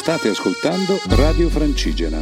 State ascoltando Radio Francigena.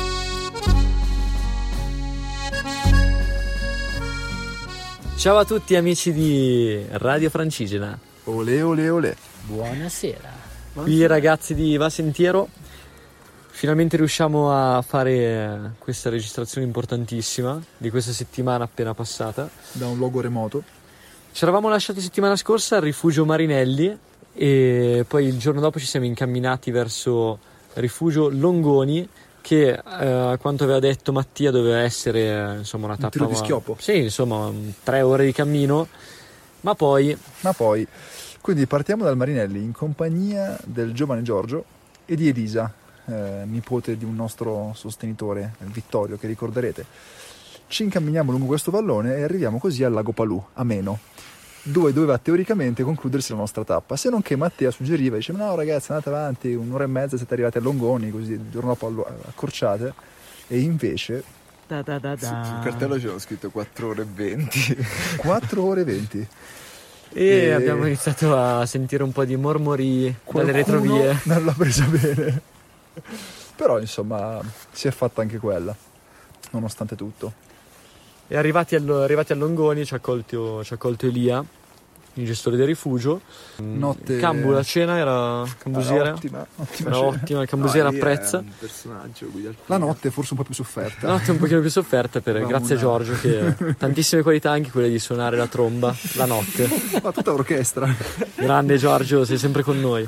Ciao a tutti amici di Radio Francigena. Olè, olè, olè. Buonasera. Qui ragazzi di Va Sentiero. Finalmente riusciamo a fare questa registrazione importantissima di questa settimana appena passata. Da un luogo remoto. Ci eravamo lasciati settimana scorsa al rifugio Marinelli e poi il giorno dopo ci siamo incamminati verso rifugio Longoni, che a quanto aveva detto Mattia doveva essere insomma una tappa tiro di schioppo. Sì, insomma 3 ore di cammino, ma poi quindi partiamo dal Marinelli in compagnia del giovane Giorgio e di Elisa, nipote di un nostro sostenitore, Vittorio, che ricorderete. Ci incamminiamo lungo questo vallone e arriviamo così al lago Palù, a Meno, dove doveva teoricamente concludersi la nostra tappa, se non che Mattia suggeriva, dice no ragazzi andate avanti, un'ora e mezza siete arrivati a Longoni, così il giorno dopo accorciate, e invece Da. Sul cartello c'era scritto 4 ore e 20. 4 ore e 20 e abbiamo iniziato a sentire un po' di mormori dalle retrovie. Non l'ha presa bene, però insomma si è fatta anche quella nonostante tutto. E arrivati a Longoni ci ha accolto Elia, il gestore del rifugio. Cambu, la cena era cambusiera. Ottima Il cambusiera apprezza. Un personaggio la notte forse un po' più sofferta. La notte un pochino più sofferta grazie a Giorgio, che ha tantissime qualità, anche quelle di suonare la tromba la notte. Ma tutta l'orchestra. Grande Giorgio, sei sempre con noi.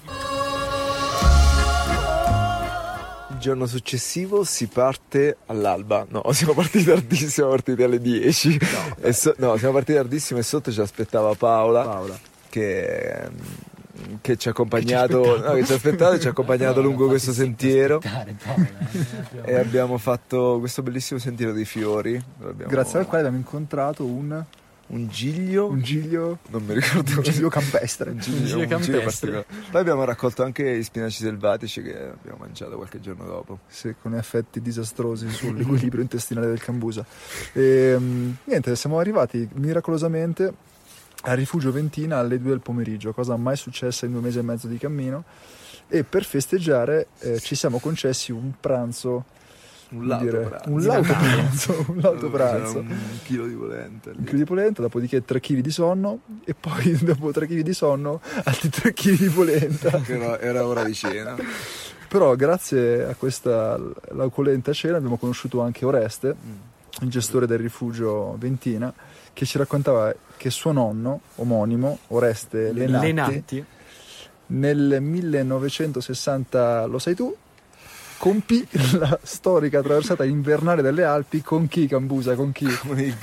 Il giorno successivo si parte all'alba. No, siamo partiti tardissimo, siamo partiti alle 10. Siamo partiti tardissimo e sotto ci aspettava Paola. Che ci ha accompagnato, ci ha accompagnato lungo questo sentiero. E abbiamo fatto questo bellissimo sentiero dei fiori. Grazie al quale abbiamo incontrato un giglio, non mi ricordo, un giglio campestre. Un giglio particolare. Poi abbiamo raccolto anche gli spinaci selvatici che abbiamo mangiato qualche giorno dopo. Sì, con effetti disastrosi sull'equilibrio intestinale del Cambusa. E niente, siamo arrivati miracolosamente al rifugio Ventina alle 2 del pomeriggio, cosa mai successa in 2 mesi e mezzo di cammino, e per festeggiare ci siamo concessi un pranzo. Un lauto pranzo. Un chilo di polenta. Un chilo di polenta, dopodiché 3 kg di sonno, e poi dopo 3 kg di sonno altri 3 kg di polenta. Era ora di cena. Però grazie a questa laucolenta cena abbiamo conosciuto anche Oreste, il gestore del rifugio Ventina, che ci raccontava che suo nonno omonimo, Oreste Lenatti, nel 1960, lo sai tu, compì la storica traversata invernale delle Alpi con chi, Cambusa? Con chi? Con il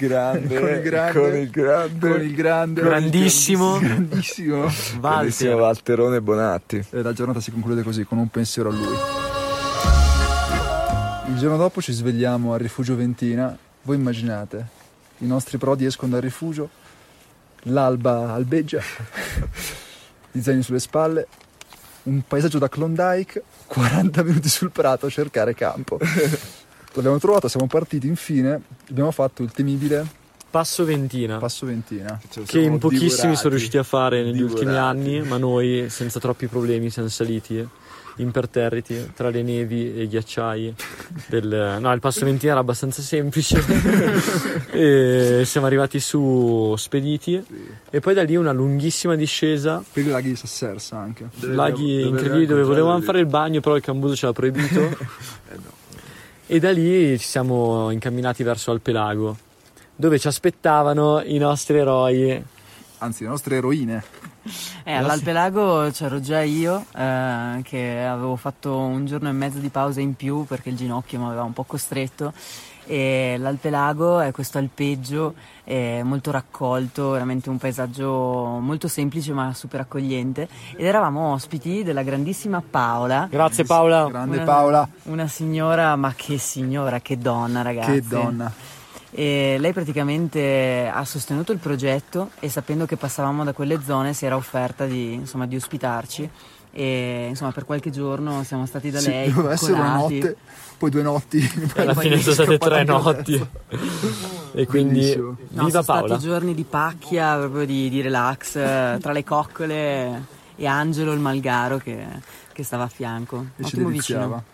grandissimo Valterone Bonatti. E la giornata si conclude così, con un pensiero a lui. Il giorno dopo ci svegliamo al rifugio Ventina. Voi immaginate, i nostri prodi escono dal rifugio, l'alba albeggia, gli zaini sulle spalle, un paesaggio da Klondike, 40 minuti sul prato a cercare campo. L'abbiamo trovato, siamo partiti, infine abbiamo fatto il temibile Passo Ventina, che in pochissimi sono riusciti a fare negli ultimi anni, ma noi senza troppi problemi siamo saliti imperterriti tra le nevi e i ghiacciai il Passo Ventina era abbastanza semplice. E siamo arrivati su spediti, e poi da lì una lunghissima discesa per i laghi di Sassersa, anche laghi incredibili dove volevamo fare il bagno, però il Cambuso ce l'ha proibito. E da lì ci siamo incamminati verso Alpelago, dove ci aspettavano i nostri eroi, anzi le nostre eroine. All'Alpelago c'ero già io, che avevo fatto un giorno e mezzo di pausa in più perché il ginocchio mi aveva un po' costretto, e l'Alpelago è questo alpeggio molto raccolto, veramente un paesaggio molto semplice ma super accogliente, ed eravamo ospiti della grandissima Paola. Grazie Paola. Grande Paola. Una signora, ma che signora, che donna, ragazzi. Che donna. E lei praticamente ha sostenuto il progetto, e sapendo che passavamo da quelle zone si era offerta di ospitarci, e insomma per qualche giorno siamo stati da lei. Doveva essere una notte, poi 2 notti, alla fine sono state 3 notti. E quindi viva Paola. Sono stati giorni di pacchia, proprio di relax, tra le coccole e Angelo il Malgaro, che che stava a fianco, E ci ottimo deliziava. vicino.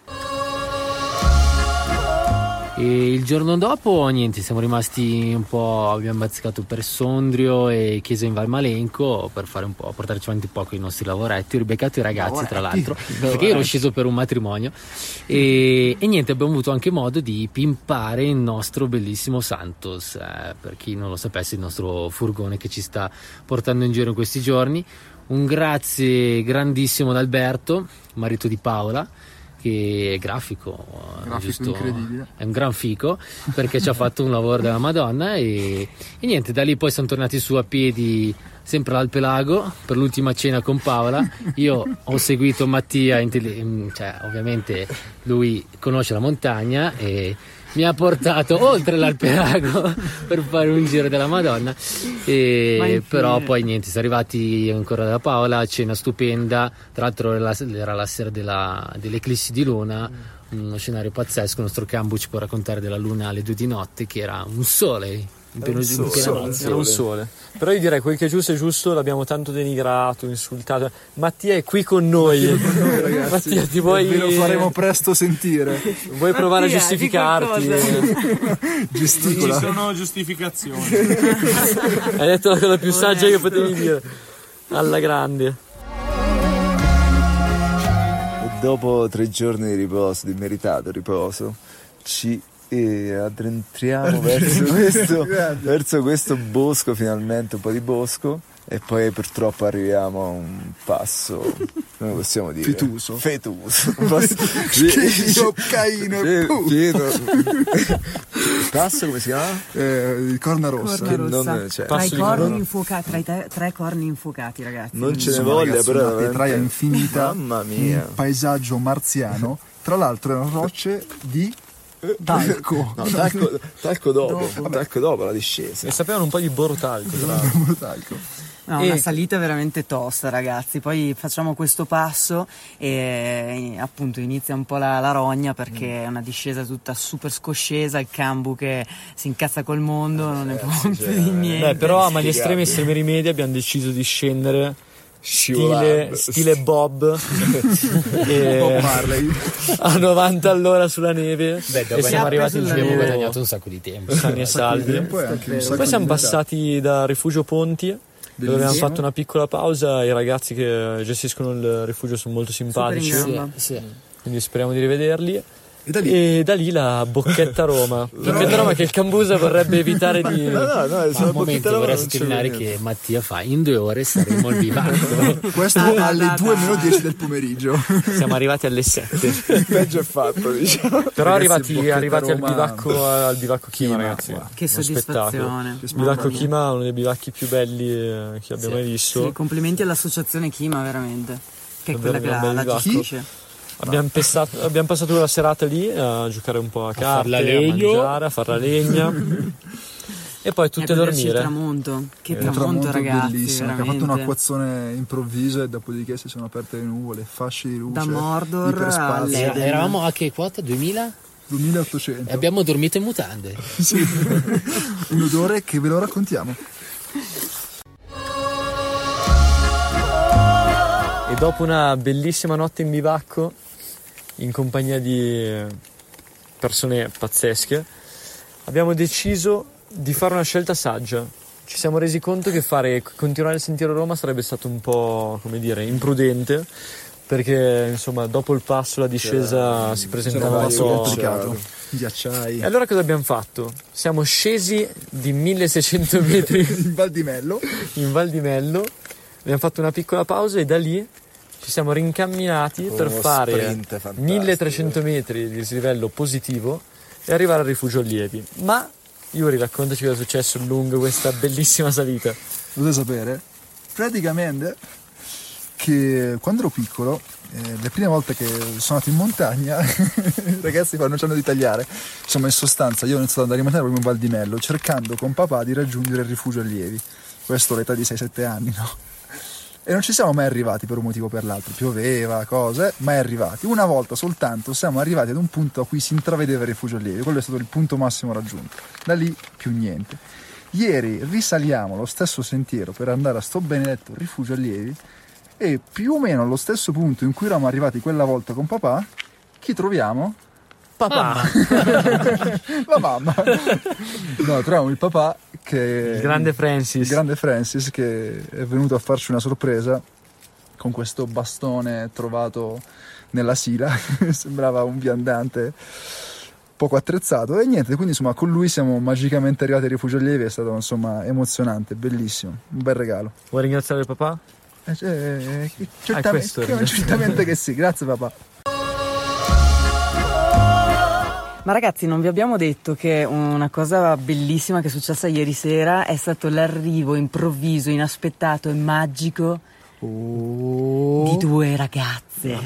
E il giorno dopo niente, siamo rimasti un po', abbiamo bazzicato per Sondrio e Chiesa in Valmalenco per fare un po', portarci avanti un po' con i nostri lavoretti. Ho ribeccato i ragazzi tra l'altro perché io ero sceso per un matrimonio e niente, abbiamo avuto anche modo di pimpare il nostro bellissimo Santos, per chi non lo sapesse, il nostro furgone che ci sta portando in giro in questi giorni. Un grazie grandissimo ad Alberto, marito di Paola, che è grafico giusto? Incredibile. È un gran fico perché ci ha fatto un lavoro della Madonna e niente, da lì poi siamo tornati su a piedi sempre all'Alpelago per l'ultima cena con Paola. Io ho seguito Mattia, cioè ovviamente lui conosce la montagna e mi ha portato oltre l'Alpelago per fare un giro della Madonna però poi niente, siamo arrivati ancora da Paola, cena stupenda, tra l'altro era la sera dell'eclissi di luna, uno scenario pazzesco. Il nostro Cambu ci può raccontare della luna alle 2 di notte che era un sole in piena notte. Era un sole. Però io direi quel che è giusto, l'abbiamo tanto denigrato, insultato. Mattia è qui con noi. Mattia, ti vuoi... Ve lo faremo presto sentire. Vuoi provare a Mattia, giustificarti? Gesticola. Ci sono giustificazioni. Hai detto la cosa più saggia che potevi dire. Alla grande. E dopo 3 giorni di riposo, di meritato riposo, ci addentriamo verso questo bosco, finalmente un po' di bosco, e poi purtroppo arriviamo a un passo, come possiamo dire? Fetuso. Un passo Io Caino. pieno. Passo come si chiama? Corna rossa. Che Rossa. non, cioè, Tra i Passo di corni corno. infuocati, tra i tre corni infuocati, ragazzi. non ce ne Insomma, voglia, ragazzi, però una petraia veramente- infinita, Mamma mia. un paesaggio marziano. Tra l'altro erano rocce di talco. No, talco dopo la discesa. E sapevano un po' di borotalco, tra l'altro. Talco. No, una salita veramente tosta, ragazzi. Poi facciamo questo passo e appunto inizia un po' la rogna, perché è una discesa tutta super scoscesa. Il Cambu che si incazza col mondo, non ne può più di niente. Beh, però ma gli estremi rimedi abbiamo deciso di scendere stile Bob Bob Marley. a 90 all'ora sulla neve. E siamo arrivati in Abbiamo giro guadagnato un sacco di tempo. sani e salvi. Poi anche un sacco Poi siamo di passati da Rifugio Ponti, dove abbiamo fatto una piccola pausa. I ragazzi che gestiscono il rifugio sono molto simpatici, Super in gamba. Sì. quindi speriamo di rivederli. E da lì la Bocchetta Roma. Bocchetta Roma che il Cambusa vorrebbe evitare di... No, Ma sono un momento vorrei sottolineare che Mattia fa in 2 ore saremo al bivacco. questo alle 2:10 del pomeriggio. Siamo arrivati alle 7. il peggio è fatto, diciamo. Però Ragazzi, Bocchetta arrivati Roma- al bivacco Chima, ragazzi. Che Uno soddisfazione. spettacolo. Il bivacco Chima è uno dei bivacchi più belli che abbiamo mai visto. Sì, complimenti all'associazione Chima, veramente. Che è Davvero quella che un la bel gestisce. Abbiamo passato la serata lì a giocare un po' a carte, la a legno. mangiare, a far la legna e poi tutte a goderci il dormire. tramonto. Che Un tramonto, ragazzi, bellissimo, che ha veramente. fatto un'acquazione improvvisa e dopodiché si sono aperte le nuvole, fasci di luce, Da Mordor iperspazio, all'Eden. Eravamo a che quota? 2000? 2800. E abbiamo dormito in mutande. Sì. Un odore che ve lo raccontiamo. E dopo una bellissima notte in bivacco, in compagnia di persone pazzesche, abbiamo deciso di fare una scelta saggia. Ci siamo resi conto che continuare il Sentiero Roma sarebbe stato un po', come dire, imprudente, perché insomma dopo il passo la discesa si presentava un Molto po'... complicato. Ghiacciai. E allora cosa abbiamo fatto? Siamo scesi di 1600 metri In Val di Mello. in Val di Mello, abbiamo fatto una piccola pausa e da lì ci siamo rincamminati per Uno fare sprint fantastico. 1300 metri di dislivello positivo e arrivare al Rifugio Allievi. Ma Yuri, raccontaci cosa è successo lungo questa bellissima salita. Dovete sapere? Praticamente che quando ero piccolo, le prime volte che sono andato in montagna, ragazzi non c'hanno di tagliare, insomma in sostanza io ho iniziato ad andare in montagna proprio in Val di Mello, cercando con papà di raggiungere il Rifugio Allievi. Questo all'età di 6-7 anni, no? E non ci siamo mai arrivati per un motivo o per l'altro, pioveva, cose, mai arrivati. Una volta soltanto siamo arrivati ad un punto a cui si intravedeva il Rifugio Allievi, quello è stato il punto massimo raggiunto. Da lì più niente. Ieri risaliamo lo stesso sentiero per andare a sto benedetto Rifugio Allievi E più o meno allo stesso punto in cui eravamo arrivati quella volta con papà, chi troviamo? Papà. La mamma. No, troviamo il papà che... Il grande Francis che è venuto a farci una sorpresa con questo bastone trovato nella Sila. Sembrava un viandante poco attrezzato e niente, quindi insomma con lui siamo magicamente arrivati ai Rifugio Allievi. È stato insomma emozionante, bellissimo, un bel regalo. Vuoi ringraziare il papà? Certamente che sì, grazie papà. Ma ragazzi, non vi abbiamo detto che una cosa bellissima che è successa ieri sera è stato l'arrivo improvviso, inaspettato e magico di due ragazze.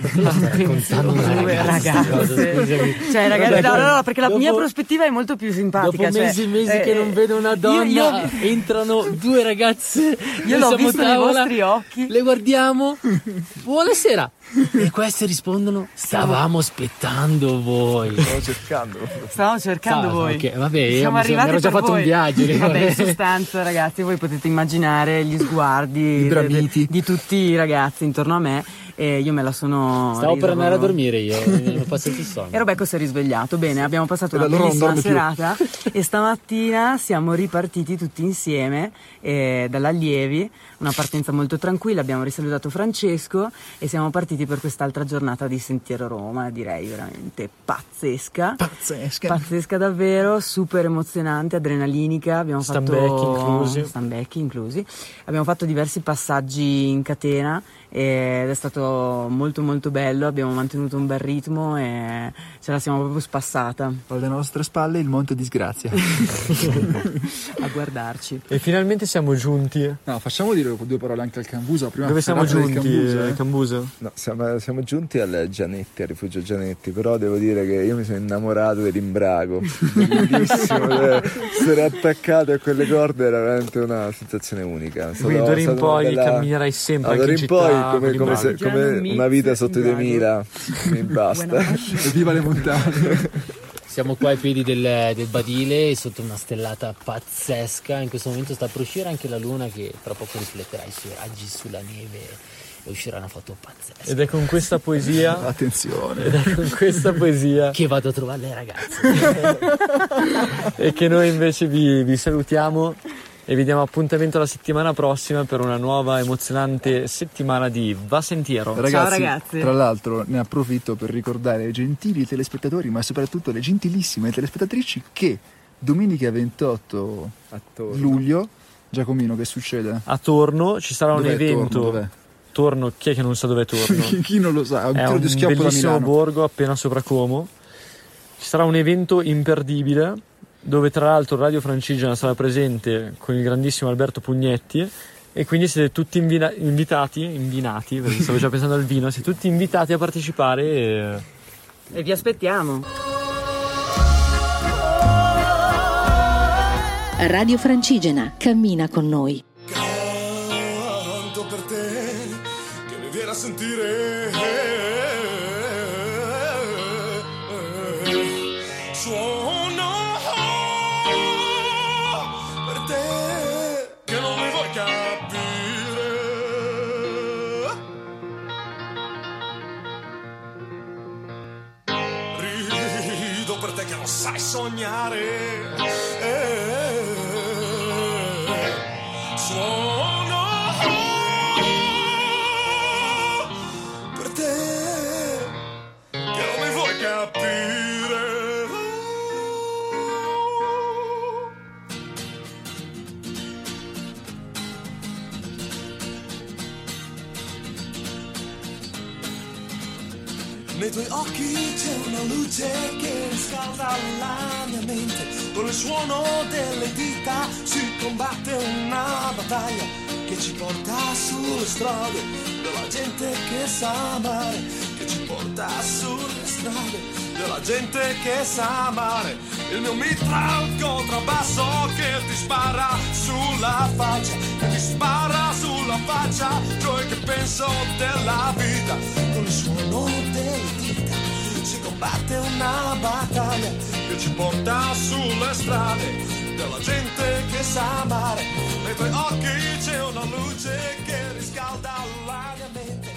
Due ragazze. Cioè, ragazzi, no, perché la mia prospettiva è molto più simpatica. Dopo mesi che non vedo una donna, entrano due ragazze. Io l'ho visto nei vostri occhi. Le guardiamo. Buonasera. E queste rispondono: stavamo aspettando voi. Stavamo cercando voi. Okay, vabbè, io mi ero già fatto un viaggio. Vabbè, in sostanza, ragazzi, voi potete immaginare gli sguardi di tutti i ragazzi intorno a me. E io me la sono... Stavo per andare a dormire io, mi ho passato il sonno. E Robecco si è risvegliato. Bene, abbiamo passato una bellissima serata e stamattina siamo ripartiti tutti insieme dall'Allievi, una partenza molto tranquilla, abbiamo risalutato Francesco e siamo partiti per quest'altra giornata di Sentiero Roma, direi veramente pazzesca davvero, super emozionante, adrenalinica. Abbiamo fatto stand-back inclusi. Abbiamo fatto diversi passaggi in catena ed è stato molto molto bello, abbiamo mantenuto un bel ritmo e ce la siamo proprio spassata. Alle nostre spalle il Monte Disgrazia a guardarci. E finalmente siamo giunti. No, facciamo dire due parole anche al Cambusa prima. Dove siamo giunti? Cambusa? No, siamo giunti al Gianetti, al Rifugio Gianetti, però devo dire che io mi sono innamorato dell'imbrago. Bellissimo, essere attaccato a quelle corde era veramente una sensazione unica. Quindi d'ora in poi camminerai sempre anche in città. Come una vita sotto i 2000 mi basta. Viva le montagne. Siamo qua ai piedi del badile sotto una stellata pazzesca. In questo momento sta per uscire anche la luna, che tra poco rifletterà i suoi raggi sulla neve e uscirà una foto pazzesca. Ed è con questa poesia attenzione, ed è con questa poesia che vado a trovare le ragazze e che noi invece vi salutiamo e vi diamo appuntamento la settimana prossima per una nuova emozionante settimana di Va Sentiero. Ragazzi, ciao ragazzi. Tra l'altro ne approfitto per ricordare ai gentili telespettatori, ma soprattutto alle gentilissime telespettatrici, che domenica 28 luglio, Giacomino, che succede? A Torno ci sarà un evento. Dov'è? Torno, chi è che non sa dov'è Torno? Chi non lo sa, è un bellissimo borgo appena sopra Como. Ci sarà un evento imperdibile dove tra l'altro Radio Francigena sarà presente con il grandissimo Alberto Pugnetti e quindi siete tutti invinati, perché stavo già pensando al vino, siete tutti invitati a partecipare e vi aspettiamo. Radio Francigena, cammina con noi. Canto per te che mi viene a sentire, suono per te che non mi vuoi capire, rido per te che non sai sognare, suono per te che non mi vuoi capire. Nei tuoi occhi c'è una luce che riscalda la mia mente, con il suono delle dita si combatte una battaglia che ci porta sulle strade della gente che sa amare, che ci porta sulle strade della gente che sa amare. Il mio mitra al contrabbasso che ti spara sulla faccia, che ti spara sulla faccia, ciò che penso della vita. Con il suono delle dita si combatte una battaglia che ci porta sulle strade della gente che sa amare. Nei tuoi occhi c'è una luce che riscalda la mia mente